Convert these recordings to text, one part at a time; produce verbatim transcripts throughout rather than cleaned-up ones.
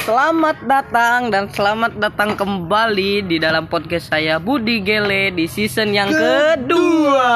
Selamat datang dan selamat datang kembali di dalam podcast saya Budi Gele di season yang kedua.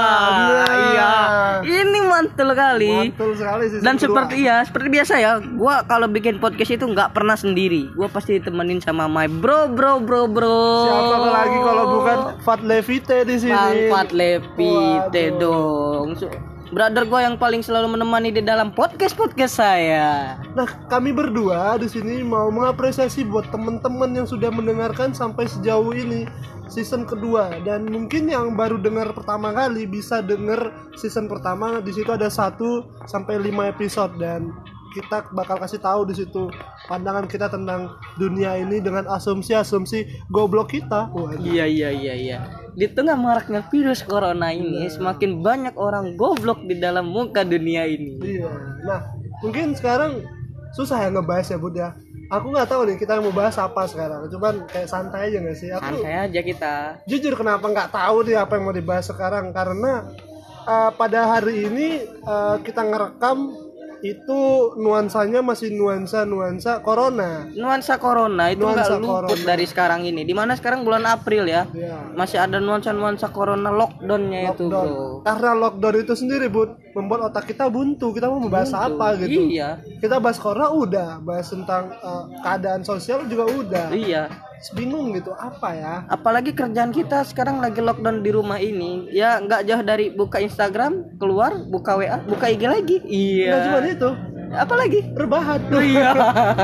Iya, ini mantul kali. Mantul sekali season Dan kedua. seperti ya, seperti biasa ya, gua kalau bikin podcast itu nggak pernah sendiri. Gua pasti ditemenin sama my bro bro bro bro. Siapa lagi kalau bukan Fat Levite di sini? Bang Fat Levite Waduh. dong. So, brother gue yang paling selalu menemani di dalam podcast-podcast saya. Nah, kami berdua di sini mau mengapresiasi buat teman-teman yang sudah mendengarkan sampai sejauh ini season kedua, dan mungkin yang baru dengar pertama kali bisa dengar season pertama. Di situ ada satu sampai lima episode dan kita bakal kasih tahu di situ pandangan kita tentang dunia ini dengan asumsi-asumsi goblok kita. Waduh. Iya iya iya iya. Di tengah maraknya virus corona ini, nah, semakin banyak orang goblok di dalam muka dunia ini. Iya. Nah, mungkin sekarang susah ya ngebahas ya, Bud ya. Aku nggak tahu nih kita mau bahas apa sekarang. Cuman kayak santai aja nggak sih? Aku santai aja kita. Jujur kenapa nggak tahu nih apa yang mau dibahas sekarang, karena uh, pada hari ini uh, kita ngerekam itu nuansanya masih nuansa-nuansa corona. Nuansa corona itu nggak luput corona. dari sekarang ini. Dimana sekarang bulan April ya, Ya. masih ada nuansa-nuansa corona lockdownnya itu, bro. Karena lockdown itu sendiri, Bud, membuat otak kita buntu. Kita mau membahas Buntu. apa gitu? Iya. Kita bahas corona udah, bahas tentang uh, keadaan sosial juga udah. Iya. Bingung gitu, apa ya? Apalagi kerjaan kita sekarang lagi lockdown di rumah ini, ya nggak jauh dari buka Instagram, keluar, buka W A, buka I G lagi. Iya. Nggak cuma itu, Apalagi? rebahan. Iya.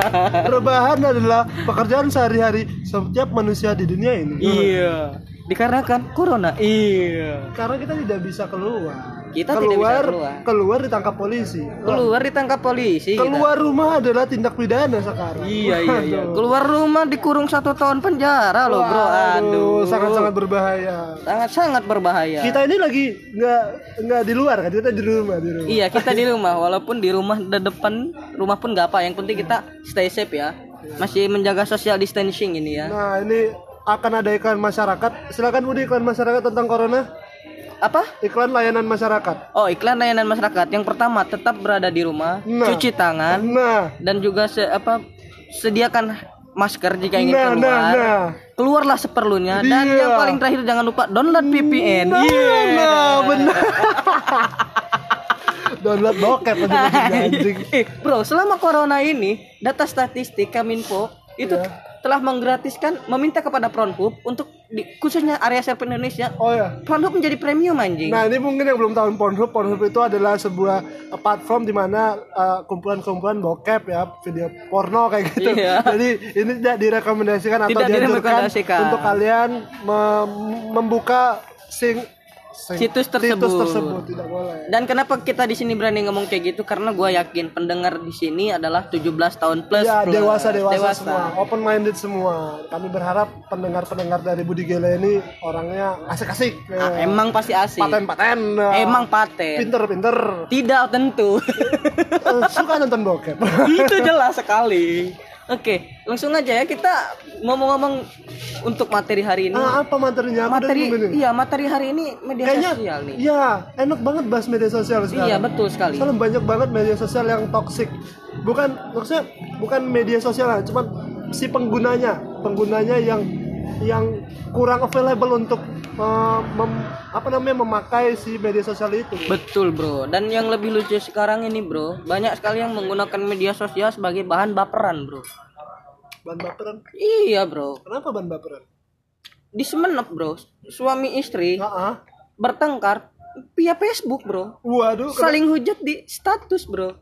Rebahan adalah pekerjaan sehari-hari setiap manusia di dunia ini. Iya. Dikarenakan corona. Iya. Karena kita tidak bisa keluar. Kita keluar, tidak bisa keluar. Keluar ditangkap polisi. Keluar ditangkap polisi. Keluar rumah adalah tindak pidana sekarang. Iya iya iya. Waduh. Keluar rumah dikurung satu tahun penjara loh, bro. Aduh. Sangat-sangat berbahaya. Sangat-sangat berbahaya. Kita ini lagi nggak nggak di luar kan, kita di rumah di rumah. Iya, kita di rumah. Walaupun di rumah di depan rumah pun nggak apa. Yang penting kita stay safe ya. Masih menjaga social distancing ini ya. Nah, ini akan ada iklan masyarakat. Silakan Budi, iklan masyarakat tentang corona. Apa? Iklan layanan masyarakat. Oh, iklan layanan masyarakat. Yang pertama, tetap berada di rumah, Nah. cuci tangan, Nah, dan juga se apa sediakan masker jika ingin Nah, keluar. nah, nah. Keluarlah seperlunya. Dan Iya. yang paling terakhir jangan lupa download V P N. Nah, Iya. nah, benar. Download bokep aja anjing. Eh, bro, selama corona ini, data statistik Kominfo itu Iya. telah menggratiskan, meminta kepada Pornhub untuk di, khususnya area server Indonesia, Oh ya. Pornhub menjadi premium anjing. Nah, ini mungkin yang belum tahu Pornhub. Pornhub itu adalah sebuah uh, platform di mana uh, kumpulan-kumpulan bokep ya, video porno kayak gitu. Iya. Jadi ini tidak direkomendasikan atau Tidak dianjurkan direkomendasikan. untuk kalian mem- membuka sing, sing- Situs tersebut. situs tersebut tidak boleh. Dan kenapa kita di sini berani ngomong kayak gitu? Karena gue yakin pendengar di sini adalah tujuh belas tahun plus. Ya, plus. dewasa, dewasa semua, open minded semua. Kami berharap pendengar-pendengar dari Budi Gele ini orangnya asik-asik. Ah, emang pasti asik. Paten-paten. uh, Emang paten. Pinter-pinter. Tidak tentu. Uh, suka nonton bokep. Itu jelas sekali. Oke, langsung aja ya, kita ngomong-ngomong untuk materi hari ini. Ah, apa materinya? Aku materi udah nungguin ini. iya materi hari ini media Kayaknya, sosial nih. iya, enak banget bahas media sosial sekarang. Iya, betul sekali. Soalnya banyak banget media sosial yang toksik. Bukan, maksudnya bukan media sosial lah, cuman si penggunanya, penggunanya yang yang kurang available untuk uh, mem- apa namanya memakai si media sosial itu. Betul, bro. Dan yang lebih lucu sekarang ini, bro, banyak sekali yang menggunakan media sosial sebagai bahan baperan, bro. Ban baperan. Iya, bro. Kenapa ban baperan? Di Semenep, bro, suami istri Heeh. bertengkar via Facebook, bro. Waduh, kena- Saling hujat di status, bro.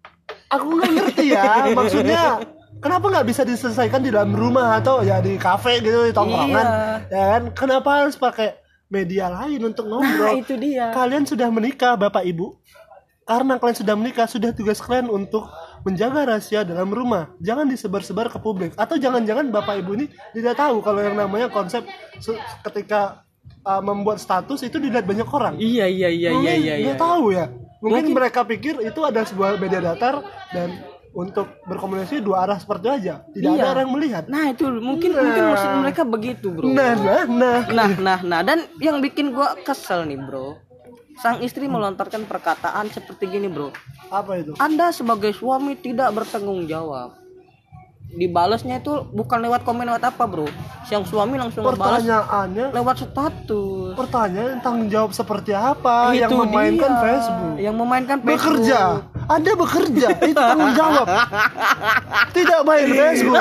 aku nggak ngerti ya. Maksudnya kenapa nggak bisa diselesaikan di dalam rumah atau ya di kafe gitu, di tongkrongan? Iya. Ya kan? Kenapa harus pakai media lain untuk Nah, ngobrol? itu dia. Kalian sudah menikah, Bapak Ibu. Karena kalian sudah menikah, sudah tugas kalian untuk menjaga rahasia dalam rumah. Jangan disebar-sebar ke publik. Atau jangan-jangan Bapak Ibu ini tidak tahu kalau yang namanya konsep se- ketika uh, membuat status itu dilihat banyak orang. Iya, iya, iya, Mungkin iya, iya. iya. nggak tahu ya. Mungkin, Mungkin- mereka pikir itu ada sebuah media datar dan untuk berkomunikasi dua arah seperti itu aja. Tidak Iya. ada orang melihat. Nah, itu mungkin Nah. mungkin maksud mereka begitu, bro. Nah, nah, nah. Nah, nah, nah, dan yang bikin gua kesel nih, bro. Sang istri melontarkan perkataan seperti gini, bro. Apa itu? Anda sebagai suami tidak bertanggung jawab. dibalasnya itu bukan lewat komen lewat apa bro, yang suami langsung balas Pertanyaannya lewat status. Pertanyaan tanggung jawab seperti apa yang Itu memainkan dia, Facebook? yang memainkan Facebook. Bekerja. Anda bekerja, itu tanggung jawab. Tidak main Facebook.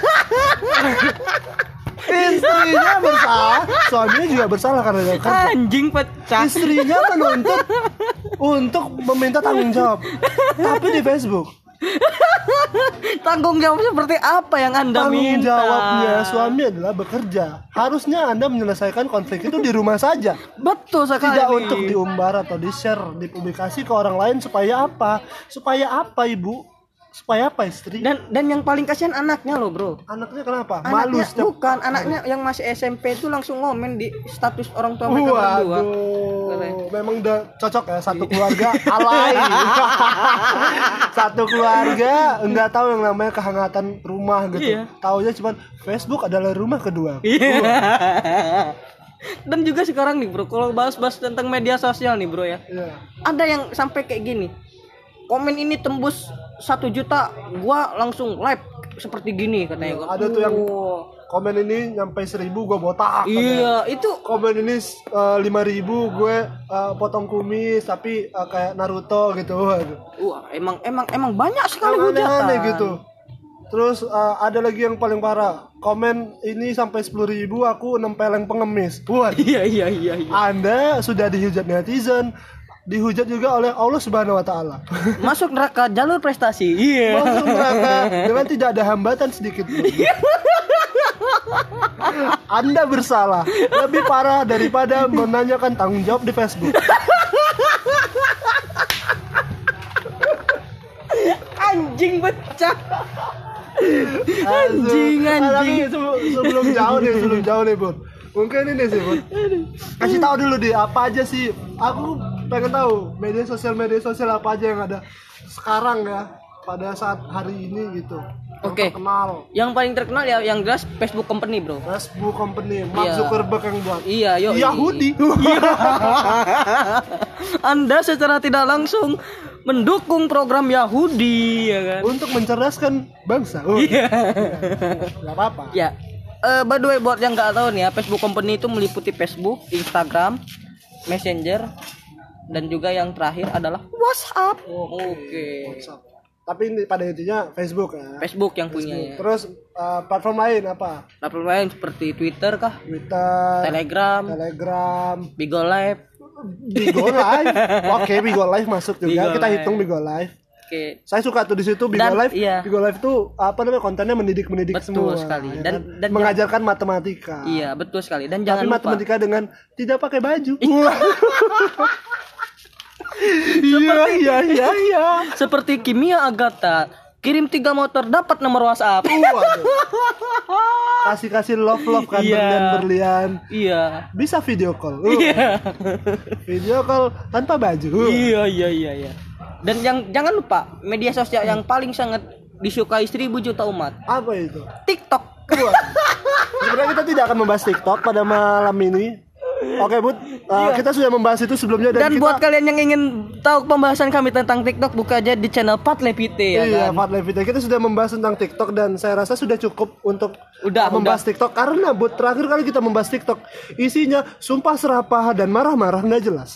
Istrinya bersalah, suaminya juga bersalah karena dia kerja. Anjing pecah. Istrinya menuntut untuk meminta tanggung jawab, tapi di Facebook. Tanggung jawab seperti apa yang Anda Tanggung minta? jawabnya suami adalah bekerja. Harusnya Anda menyelesaikan konflik itu di rumah saja. Betul sekali. Tidak untuk diumbar atau di-share, dipublikasi ke orang lain supaya apa? Supaya apa, Ibu? Supaya apa, istri? Dan dan yang paling kasihan anaknya loh, bro. Anaknya kenapa? Anaknya, Malu setiap bukan, anaknya yang masih S M P itu langsung ngomen di status orang tua mereka berdua. Waduh, memang udah cocok ya satu keluarga alay. Satu keluarga nggak tahu yang namanya kehangatan rumah gitu. Iya. Taunya cuma Facebook adalah rumah kedua. Iya. Dan juga sekarang nih bro, kalau bahas-bahas tentang media sosial nih bro ya, Iya. ada yang sampai kayak gini, komen ini tembus satu juta, gua langsung live seperti gini katanya. Ada tuh yang Oh. komen ini nyampe seribu gue botak. Iya, itu Komen ini lima ribu gue uh, potong kumis tapi uh, kayak Naruto gitu. Waduh. wah, emang emang emang banyak sekali Yang hujatan. aneh-aneh gitu. Terus uh, ada lagi yang paling parah. Komen ini sampai sepuluh ribu aku nempeleng pengemis. Waduh. Iya iya iya iya. Anda sudah dihujat netizen, dihujat juga oleh Allah Subhanahu wa taala. Masuk neraka jalur prestasi. Iya. Masuk neraka dengan tidak ada hambatan sedikit pun. Anda bersalah. Lebih parah daripada menanyakan tanggung jawab di Facebook. Anjing pecah. Anjing Tapi anjing. sebelum, sebelum jauh nih, sebelum jauh nih, Bun. Mungkin ini sih, Bun. Kasih tahu dulu deh apa aja sih. Aku pengen tahu media sosial media sosial apa aja yang ada sekarang ya pada saat hari ini gitu. Yang Oke. terkenal. Yang paling terkenal ya yang jelas Facebook Company, bro. Facebook company, Mark Iya. Zuckerberg yang buat. Iya, yo. Yahudi. Anda secara tidak langsung mendukung program Yahudi ya kan. Untuk mencerdaskan bangsa. Oh, Iya. Gak apa-apa. Ya. Eh by the way buat yang nggak tahu nih ya, Facebook Company itu meliputi Facebook, Instagram, Messenger, dan juga yang terakhir adalah WhatsApp. Oke. WhatsApp. Tapi ini pada intinya Facebook ya. Facebook yang punya ya. Terus uh, platform lain apa? Platform lain seperti Twitter kah? Twitter, Telegram, Telegram, Bigo Live. Bigo Live. Oke, Bigo Live masuk juga. Bigo Kita Live. hitung Bigo Live. Oke. Saya suka tuh di situ Bigo Dan, Live. iya. Bigo Live tuh apa namanya kontennya mendidik-mendidik Betul semua. sekali. ya Dan- kan? dan mengajarkan matematika. Iya, betul sekali. Dan Tapi jangan lupa. matematika dengan tidak pakai baju. Iya, iya, iya, iya. Seperti kimia Agatha, kirim tiga motor dapat nomor WhatsApp. Waduh. Kasih-kasih love-love kan Iya. berlian-berlian. Iya. Bisa video call. Uh, Iya. Video call tanpa baju. Uh. Iya, iya, iya, iya. Dan yang jangan lupa media sosial yang paling sangat disukai seribu juta umat, Apa itu? TikTok. Wah. Sebenarnya kita tidak akan membahas TikTok pada malam ini. Oke, Bud. Uh, kita sudah membahas itu sebelumnya dan, Dan kita buat kalian yang ingin tahu pembahasan kami tentang TikTok, buka aja di channel Pat Levite ya Iya, kan. Fat Levita. Kita sudah membahas tentang TikTok dan saya rasa sudah cukup untuk Udah, uh, membahas TikTok karena Bud terakhir kali kita membahas TikTok isinya sumpah serapah dan marah-marah nggak jelas.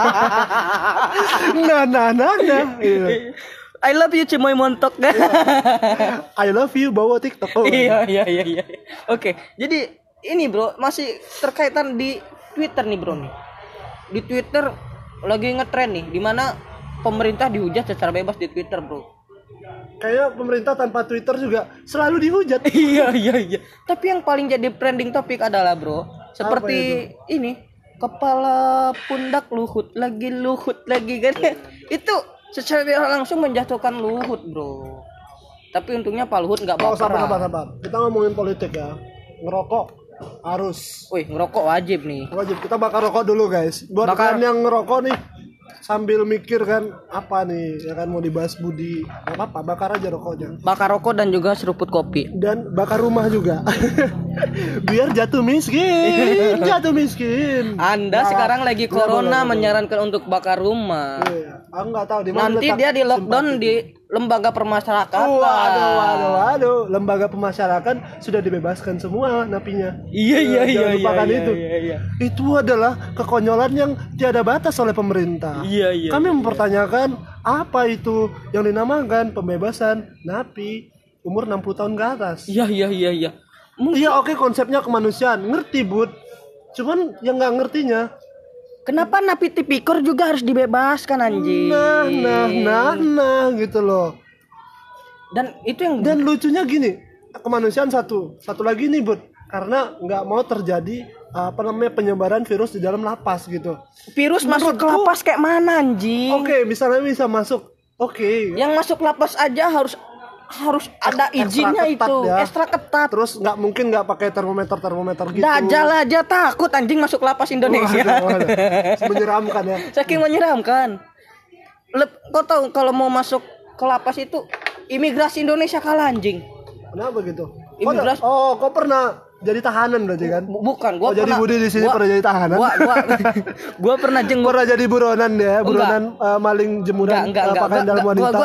nah, nah, nah, nah. Iya. I love you Cimoy Montok. I love you bawa TikTok. Oh, Iya, iya, iya, iya. Oke, jadi ini bro masih terkaitan di Twitter nih bro nih. Di Twitter lagi ngetren nih, dimana pemerintah dihujat secara bebas di Twitter bro. Kayak pemerintah tanpa Twitter juga selalu dihujat. Iya, iya, iya. Tapi yang paling jadi trending topik adalah bro, seperti ini kepala pundak Luhut lagi Luhut lagi kan. Itu secara tidak langsung menjatuhkan Luhut bro. Tapi untungnya Pak Luhut nggak Oh, sabar, sabar, baperan. sabar. Kita ngomongin politik ya. Ngerokok harus Wih, ngerokok wajib nih. wajib. Kita bakar rokok dulu, guys. Buat Bakar. kalian yang ngerokok nih sambil mikir kan apa nih ya kan mau dibahas Budi. Enggak apa-apa, bakar aja rokoknya. Bakar rokok dan juga seruput kopi. Dan bakar rumah juga. Biar jatuh miskin, jatuh miskin. Anda Nah, sekarang lagi nggak boleh, corona nggak boleh. menyarankan untuk bakar rumah. Iya, aku nggak tahu di mana Nanti letak dia di lockdown simpati. di lembaga permasyarakatan. Waduh, waduh, waduh. Lembaga pemasyarakatan sudah dibebaskan semua napinya. Iya iya Eh, iya jangan iya lupakan iya, itu. iya, iya. Itu adalah kekonyolan yang tiada batas oleh pemerintah. Iya, iya, Kami iya, mempertanyakan apa itu yang dinamakan pembebasan napi umur enam puluh tahun ke atas. Iya iya iya iya. Mungkin Iya, oke, konsepnya kemanusiaan, ngerti bud. Cuman yang nggak ngertinya, kenapa napi tipikor juga harus dibebaskan anjing? nah, nah, nah, nah, gitu loh. Dan itu yang Dan lucunya gini, kemanusiaan satu, satu lagi nih bud, karena nggak mau terjadi apa namanya penyebaran virus di dalam lapas gitu. virus masuk ke menurutku- lapas kayak mana anjing? Oke, misalnya bisa masuk, oke. Yang masuk lapas aja harus harus ada Ekstra izinnya ketat itu, ya. ekstra ketat. Terus nggak mungkin nggak pakai termometer termometer gitu. Dajjal aja takut anjing masuk lapas Indonesia. Waduh, waduh. Menyeramkan ya. Saking menyeramkan. Lep, kau tahu kalau mau masuk ke lapas itu imigrasi Indonesia kalah anjing. Kenapa gitu? Kok Imigrasi- ada- oh, kau pernah jadi tahanan berarti kan? Bu- Bukan, gua Oh, jadi pernah. Budi di sini gua- pernah jadi tahanan? Gua gua gua pernah jenguk. Pernah jadi buronan ya, buronan eh, maling jemuran Enggak, enggak, eh, enggak. pakaian Gua, dalam gua, wanita. gua,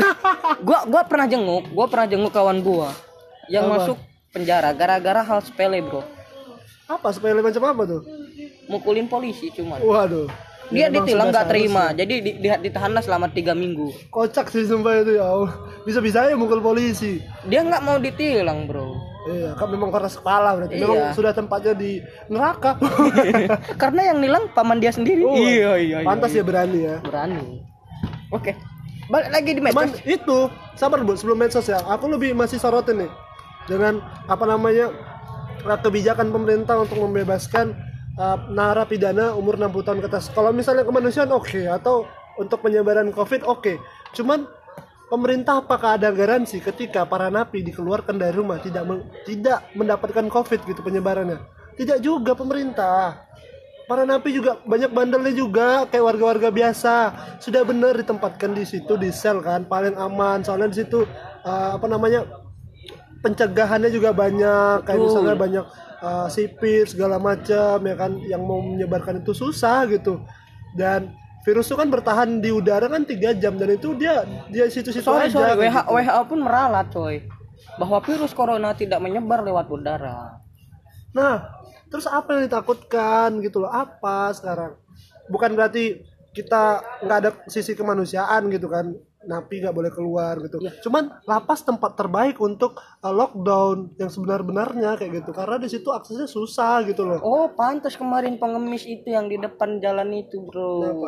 gua, gua pernah jenguk, gua pernah jenguk kawan gua yang Apa? masuk penjara gara-gara hal sepele, Bro. Apa sepele macam apa tuh? Mukulin polisi cuman. Waduh. Dia Ya, emang ditilang sudah nggak terima, seharusnya. jadi di, di, ditahanlah selama tiga minggu. Kocak sih sumpah itu ya Allah. Bisa-bisa ya mukul polisi. Dia nggak mau ditilang, Bro. Iya, kan memang keras kepala berarti. Iya. Memang sudah tempatnya di neraka. Karena yang nilang paman dia sendiri. Oh, iya, iya, iya. Pantas ya berani ya. Berani. Oke. Balik lagi di Cuman medsos. itu, sabar Bu, sebelum medsos ya. Aku lebih masih sorotin nih dengan apa namanya uh, kebijakan pemerintah untuk membebaskan uh, narapidana umur enam puluh tahun ke atas. Kalau misalnya kemanusiaan oke, atau untuk penyebaran Covid oke. Cuman pemerintah apakah ada garansi ketika para napi dikeluarkan dari rumah tidak men- tidak mendapatkan Covid gitu penyebarannya? Tidak juga pemerintah. Para napi juga banyak bandelnya juga kayak warga-warga biasa. Sudah benar ditempatkan di situ di sel kan paling aman. Soalnya di situ uh, apa namanya pencegahannya juga banyak. Kayak Betul. misalnya banyak uh, sipir segala macam ya kan yang mau menyebarkan itu susah gitu. Dan virus itu kan bertahan di udara kan tiga jam dan itu dia dia situ-situ Sorry, aja. sorry. kayak W H, gitu. W H O pun meralat, coy. Bahwa virus corona tidak menyebar lewat udara. Nah, terus apa yang ditakutkan gitu loh? Apa sekarang? Bukan berarti kita nggak ada sisi kemanusiaan gitu kan? Napi nggak boleh keluar gitu. Ya. Cuman lapas tempat terbaik untuk uh, lockdown yang sebenar-benarnya kayak gitu. Karena di situ aksesnya susah gitu loh. Oh, pantas kemarin pengemis itu yang di depan jalan itu, Bro. Kenapa?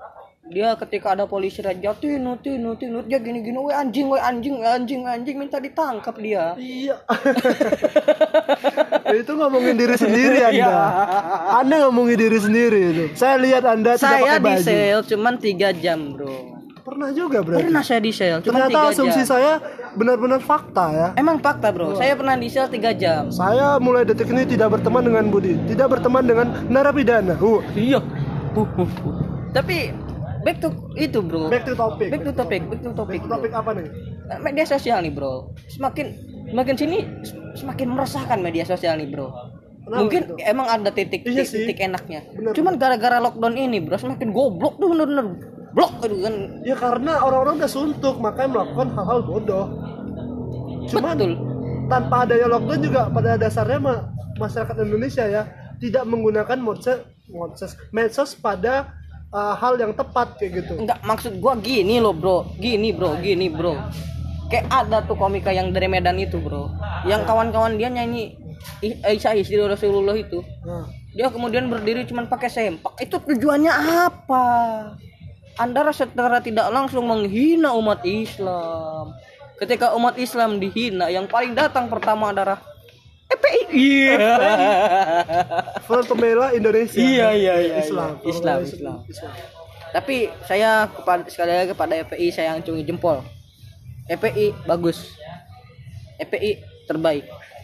Dia ketika ada polisi raja, tinu tinu tinu dia gini-gini, "Woi anjing, woi anjing, anjing, anjing," minta ditangkap dia. Iya. Itu ngomongin diri sendiri Anda. Iya. Anda ngomongin diri sendiri itu. Saya lihat Anda tidak Saya pakai di baju. sel cuman tiga jam, Bro. Pernah juga berarti. Pernah saya di sel cuman Ternyata tiga asumsi jam. saya benar-benar fakta ya. Emang fakta, Bro. Saya pernah di sel tiga jam. Saya mulai detik ini tidak berteman dengan Budi, tidak berteman dengan narapidana. Uh, Iya. Tapi back to itu, Bro. back to topic. Back to topic, back to topic. Back to bro. topic apa nih? Media sosial nih, Bro. Semakin semakin sini semakin meresahkan media sosial nih, Bro. Kenapa Mungkin gitu? emang ada titik Iya titik, sih. titik enaknya. Bener, Cuman gara-gara lockdown ini, Bro, semakin goblok tuh bener-bener blok gitu kan. Ya karena orang-orang udah suntuk, makanya melakukan hal-hal bodoh. Cuman Betul. tanpa adanya lockdown juga pada dasarnya ma- masyarakat Indonesia ya tidak menggunakan medsos medsos, medsos pada uh, hal yang tepat kayak gitu. Enggak, maksud gua gini loh, Bro. Gini, Bro, gini, Bro. Kayak ada tuh komika yang dari Medan itu, Bro. Yang kawan-kawan dia nyanyi I- Aisyah istri Rasulullah itu. Nah, Dia kemudian berdiri cuman pakai sempak. Itu tujuannya apa? Anda secara tidak langsung menghina umat Islam. Ketika umat Islam dihina, yang paling datang pertama adalah F P I. Iya. Front Pembela Indonesia. Iya, iya, iya, Islam. iya. Islam, Islam. Islam. Tapi saya kepada sekali lagi kepada F P I saya acungi jempol. F P I bagus. F P I terbaik.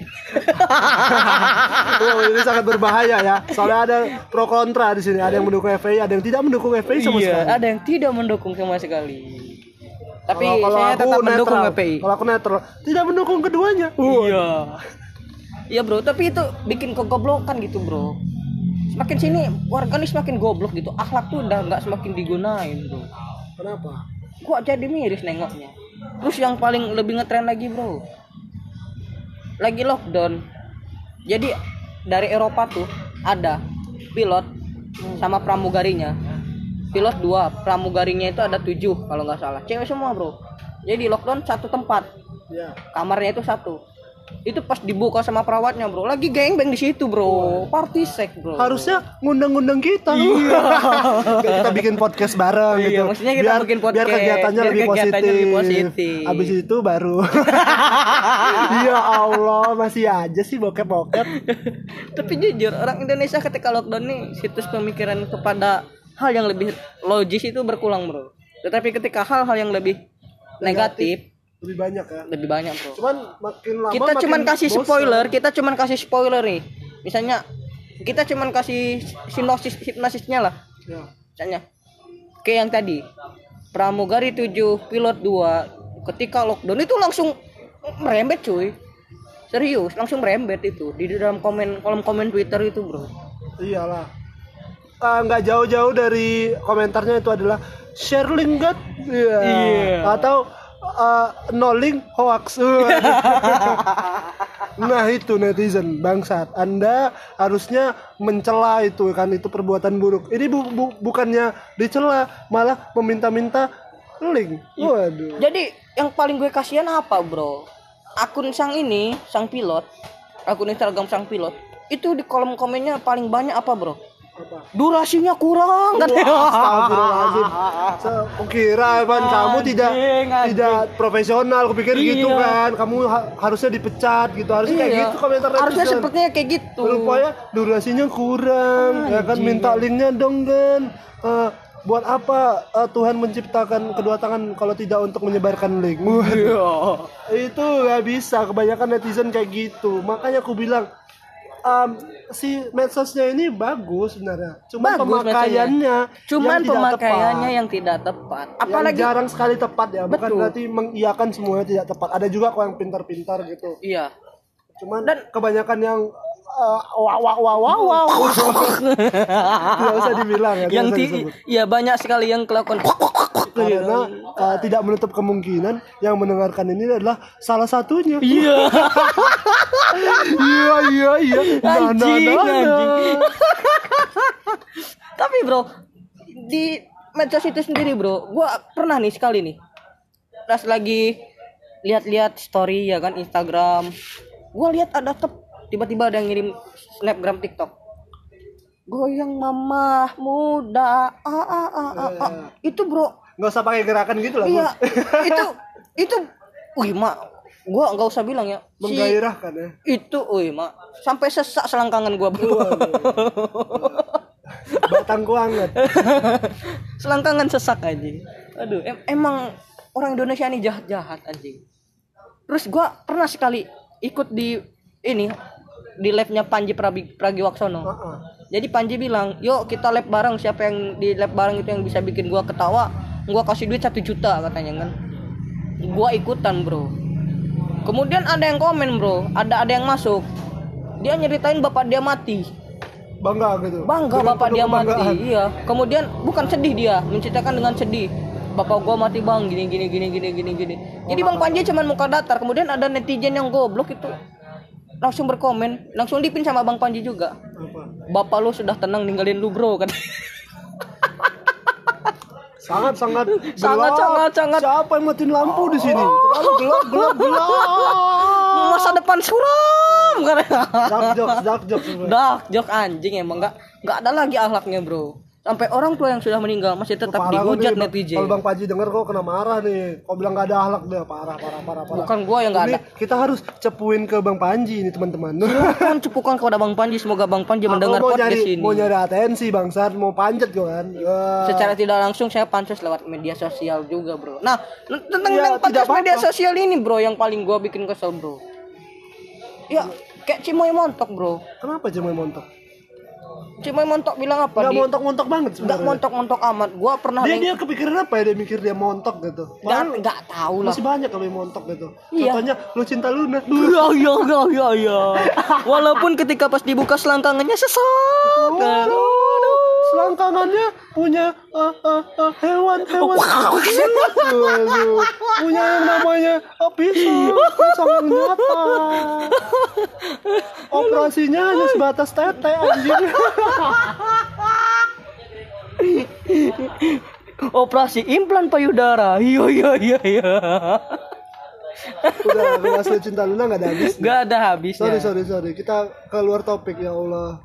Oh, ini sangat berbahaya ya. Soalnya ada pro kontra di sini. Ada yang mendukung F P I, ada yang tidak mendukung F P I sama Iya, sekali. ada yang tidak mendukung sama sekali. Tapi Kalau- kalau saya aku tetap mendukung netral. F P I. Kalau aku netral, tidak mendukung keduanya. Iya. Iya bro, tapi itu bikin kegoblokan gitu bro. Semakin sini warga nih semakin goblok gitu. Akhlak tuh udah nggak semakin digunain bro. Kenapa? Gua jadi miris nengoknya. Terus yang paling lebih ngetren lagi bro, lagi lockdown. Jadi dari Eropa tuh ada pilot sama pramugarinya. Pilot dua, pramugarinya itu ada tujuh kalau nggak salah. Cewek semua bro. Jadi lockdown satu tempat. Ya. Kamarnya itu satu. Itu pas dibuka sama perawatnya bro, lagi gangbang di situ bro, party sex bro. Harusnya ngundang-ngundang kita. Iya. Kita bikin podcast bareng Iya, gitu. maksudnya kita biar, bikin podcast, biar kegiatannya, biar lebih, kegiatannya positif. lebih positif. Abis itu baru. Ya Allah, masih aja sih bokep-bokep. Tapi jujur orang Indonesia ketika lockdown nih situs pemikiran kepada hal yang lebih logis itu berkurang bro. Tetapi ketika hal-hal yang lebih negatif, lebih banyak ya. lebih banyak bro. Cuman makin lama Kita makin cuman kasih bosan. spoiler, kita cuman kasih spoiler nih. Misalnya kita cuman kasih sinopsis hipnosisnya lah. Ya. Misalnya kayak yang tadi pramugari tujuh pilot dua ketika lockdown itu langsung merembet cuy. Serius, langsung merembet itu di dalam komen kolom komen Twitter itu, bro. Iyalah. Ah, nggak jauh-jauh dari komentarnya itu adalah share link God. Iya. Iya. Atau uh, no link hoax. Nah itu netizen bangsat. Anda harusnya mencela itu kan, itu perbuatan buruk. Ini bu- bu- bukannya dicela, malah meminta-minta link. Waduh. Jadi yang paling gue kasihan apa, bro? Akun sang ini, sang pilot, akun Instagram sang pilot, itu di kolom komennya paling banyak apa, bro? Apa? Durasinya kurang kan? Astagfirullahaladzim. Kukira kan kamu tidak Anjing, anjing. tidak profesional. Kupikir Iya. gitu kan. Kamu ha- harusnya dipecat gitu. Harusnya kayak Iya. gitu komentar netizen. Harusnya sepertinya kayak gitu. Rupanya durasinya kurang. Ya kan, Anjing. minta linknya dong kan. Eh, buat apa eh, Tuhan menciptakan kedua tangan kalau tidak untuk menyebarkan link? Waduh. Itu nggak bisa. Kebanyakan netizen kayak gitu. Makanya aku bilang um, si medsosnya ini bagus sebenarnya. Cuma Bagus pemakaiannya Cuman yang tidak pemakaiannya tepat. yang tidak tepat. Yang Apalagi jarang sekali tepat ya. Bukan Betul. berarti mengiyakan semuanya tidak tepat. Ada juga kok yang pintar-pintar gitu. iya. Cuman Dan- kebanyakan yang uh, wow wow wow wow wow. Tidak usah dibilang ya. Yang tidak usah ti- disebut. iya banyak sekali yang kelakuan. Karena uh, tidak menutup kemungkinan yang mendengarkan ini adalah salah satunya. Iya. Iya iya iya. Nah, nah, Anjing, nah, nah. anjing. Tapi bro, di medsos itu sendiri bro, gua pernah nih sekali nih, pas lagi lihat-lihat story ya kan Instagram, gua lihat ada tep, tiba-tiba ada yang ngirim snapgram TikTok, goyang mamah muda, ah ah ah ah, ah. Itu bro, Nggak usah pakai gerakan gitu lah. iya, Bos. itu itu, wih mak, gua nggak usah bilang ya, si Menggairahkan ya. itu, wih mak, sampai sesak selangkangan gua bro. Batangku hangat. Selangkangan sesak aja. Aduh, em- emang orang Indonesia ini jahat-jahat anjing. Terus gua pernah sekali ikut di ini di labnya Panji Prabi- Pragiwaksono. Heeh. Jadi Panji bilang, "Yuk kita lab bareng, siapa yang di lab bareng itu yang bisa bikin gua ketawa, gua kasih duit satu juta," katanya kan. Gua ikutan, bro. Kemudian ada yang komen, bro. Ada ada yang masuk. Dia nyeritain bapak dia mati. Bangga gitu. Bangga Dengan bapak penuh dia mati. kebanggaan. Iya. Kemudian bukan sedih dia, menceritakan dengan sedih. Bapak gua mati bang, gini gini gini gini gini gini. Jadi Bang Panji cuma muka datar. Kemudian ada netizen yang goblok itu langsung berkomen, langsung dipin sama Bang Panji juga. Apa? Bapak lu sudah tenang ninggalin lu bro kan. Sangat sangat Sangat, gelap. sangat, sangat. Siapa yang matiin lampu di sini? Terlalu gelap gelap gelap. Masa depan suram kan. Dark jokes, dark jokes. Dah, jok anjing emang nggak nggak ada lagi akhlaknya bro. Sampai orang tua yang sudah meninggal masih tetap Parah dihujat nih, netizen. Kalau Bang Panji denger kok kena marah nih. Kau bilang nggak ada akhlak dia, parah parah parah parah. Bukan gua yang nggak Ini ada. kita harus cepuin ke Bang Panji ini teman-teman. Kan cepukan kepada Bang Panji, semoga Bang Panji mendengar Aku mau podcast nyari ini. mau nyari atensi bangsat, mau panjat gue kan. Ya. Secara tidak langsung saya pansos lewat media sosial juga bro. Nah tentang Ya, yang podcast tidak apa-apa. media sosial ini bro, yang paling gua bikin kesel bro. Ya kayak Cimoy montok bro. Kenapa Cimoy montok? Cuma montok bilang apa? Nggak Di- montok-montok banget Nggak sebenarnya. montok-montok amat. Gua pernah Dia neng- dia kepikiran apa ya? Dia mikir dia montok gitu. nggak Padahal nggak tahu lah. masih banyak kali montok gitu. Iya. Contohnya lu cinta Luna. Iya iya iya iya iya. Walaupun ketika pas dibuka selangkangannya sesak. Aduh. Selangkangannya punya uh, uh, uh, hewan-hewan. Waduh. Punya yang namanya uh, pisau, pisau yang nyata. Operasinya hanya sebatas tete anjing. Operasi implan payudara. Iya iya iya iya. Udah kelas Lu Cinta Luna nggak ada habis. Gak ada habisnya. Sorry sorry sorry. Kita keluar topik ya Allah.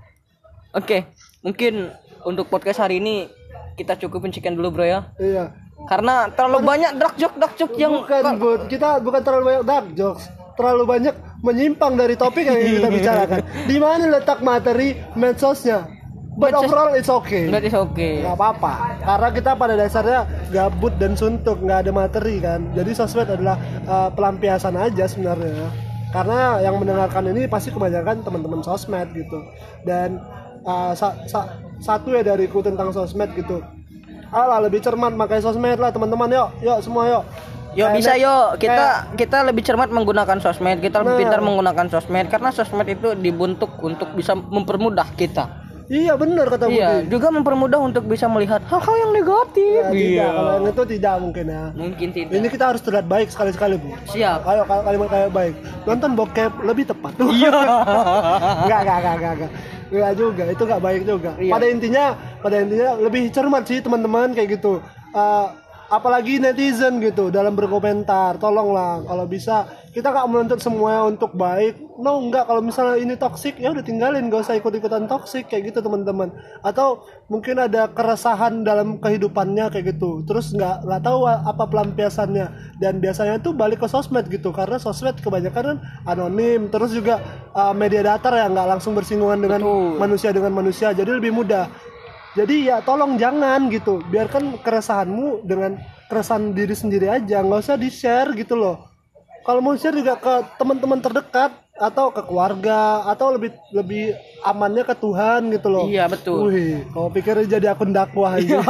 Oke, mungkin untuk podcast hari ini kita cukupin sekian dulu bro ya. Iya. Karena terlalu banyak dark joke dark joke yang Bukan Bud, kita bukan terlalu banyak dark jokes, terlalu banyak menyimpang dari topik yang ingin kita bicarakan. Di mana letak materi medsosnya? But Medsos- overall it's okay. That is okay. Nggak apa-apa, karena kita pada dasarnya gabut dan suntuk, nggak ada materi kan. Jadi sosmed adalah uh, pelampiasan aja sebenarnya. Karena yang mendengarkan ini pasti kebanyakan teman-teman sosmed gitu. Dan uh, sa- sa- satu ya dariku tentang sosmed gitu. Alah lebih cermat pakai sosmed lah teman-teman, yuk, yuk semua yuk. Yo Kayak bisa net- yo kita kayak- kita lebih cermat menggunakan sosmed, kita lebih Nah. pintar menggunakan sosmed karena sosmed itu dibentuk untuk bisa mempermudah kita. Iya benar kata Iya, Budi. juga mempermudah untuk bisa melihat hal-hal yang negatif. Ya, tidak, kalau yang itu tidak mungkin ya. Mungkin tidak. Ini kita harus terlihat baik sekali-sekali Bu. Siap. Ayo kal- kalimat kayak baik. Nonton bokep lebih tepat. Iya. Enggak, enggak, enggak, enggak, enggak. Enggak juga, itu enggak baik juga. Iya. Pada intinya, pada intinya lebih cermat sih teman-teman kayak gitu. Eh, apalagi netizen gitu dalam berkomentar, tolonglah kalau bisa kita nggak menuntut semuanya untuk baik. No, enggak, kalau misalnya ini toksik ya udah tinggalin, gak usah ikut-ikutan toksik kayak gitu teman-teman. Atau mungkin ada keresahan dalam kehidupannya kayak gitu. Terus nggak nggak tahu apa pelampiasannya dan biasanya tuh balik ke sosmed gitu karena sosmed kebanyakan kan anonim, terus juga uh, media datar ya nggak langsung bersinggungan dengan Betul. manusia dengan manusia, jadi lebih mudah. Jadi ya tolong jangan gitu, biarkan keresahanmu dengan keresahan diri sendiri aja, nggak usah di share gitu loh. Kalau mau share juga ke teman-teman terdekat atau ke keluarga atau lebih lebih amannya ke Tuhan gitu loh. Iya, betul. Wih, kau pikir jadi akun dakwah aja.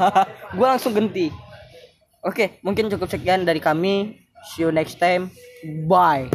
Gua langsung ganti. Oke, mungkin cukup sekian dari kami. See you next time. Bye.